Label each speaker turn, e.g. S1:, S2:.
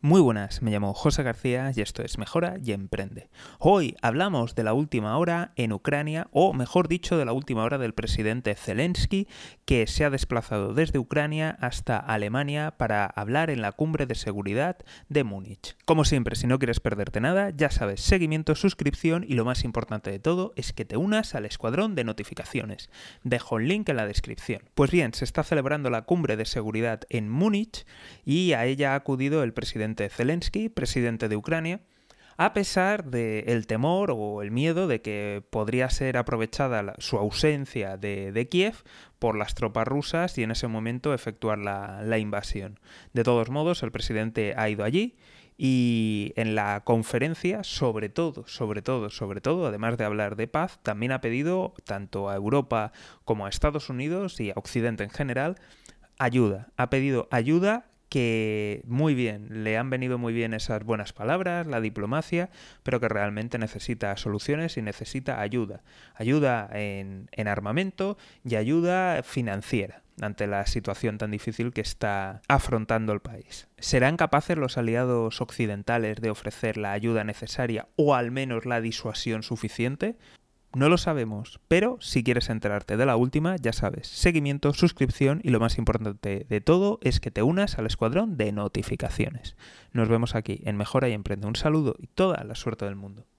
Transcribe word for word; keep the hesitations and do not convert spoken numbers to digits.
S1: Muy buenas, me llamo José García y esto es Mejora y Emprende. Hoy hablamos de la última hora en Ucrania, o mejor dicho, de la última hora del presidente Zelensky, que se ha desplazado desde Ucrania hasta Alemania para hablar en la cumbre de seguridad de Múnich. Como siempre, si no quieres perderte nada, ya sabes, seguimiento, suscripción y lo más importante de todo es que te unas al escuadrón de notificaciones. Dejo el link en la descripción. Pues bien, se está celebrando la cumbre de seguridad en Múnich y a ella ha acudido el presidente Zelensky, presidente de Ucrania, a pesar del temor o el miedo de que podría ser aprovechada la, su ausencia de, de Kiev por las tropas rusas y en ese momento efectuar la, la invasión. De todos modos, el presidente ha ido allí y en la conferencia, sobre todo, sobre todo, sobre todo, además de hablar de paz, también ha pedido tanto a Europa como a Estados Unidos y a Occidente en general ayuda. Ha pedido ayuda que muy bien, le han venido muy bien esas buenas palabras, la diplomacia, pero que realmente necesita soluciones y necesita ayuda. Ayuda en, en armamento y ayuda financiera ante la situación tan difícil que está afrontando el país. ¿Serán capaces los aliados occidentales de ofrecer la ayuda necesaria o al menos la disuasión suficiente? No lo sabemos, pero si quieres enterarte de la última, ya sabes, seguimiento, suscripción y lo más importante de todo es que te unas al escuadrón de notificaciones. Nos vemos aquí en Mejora y Emprende. Un saludo y toda la suerte del mundo.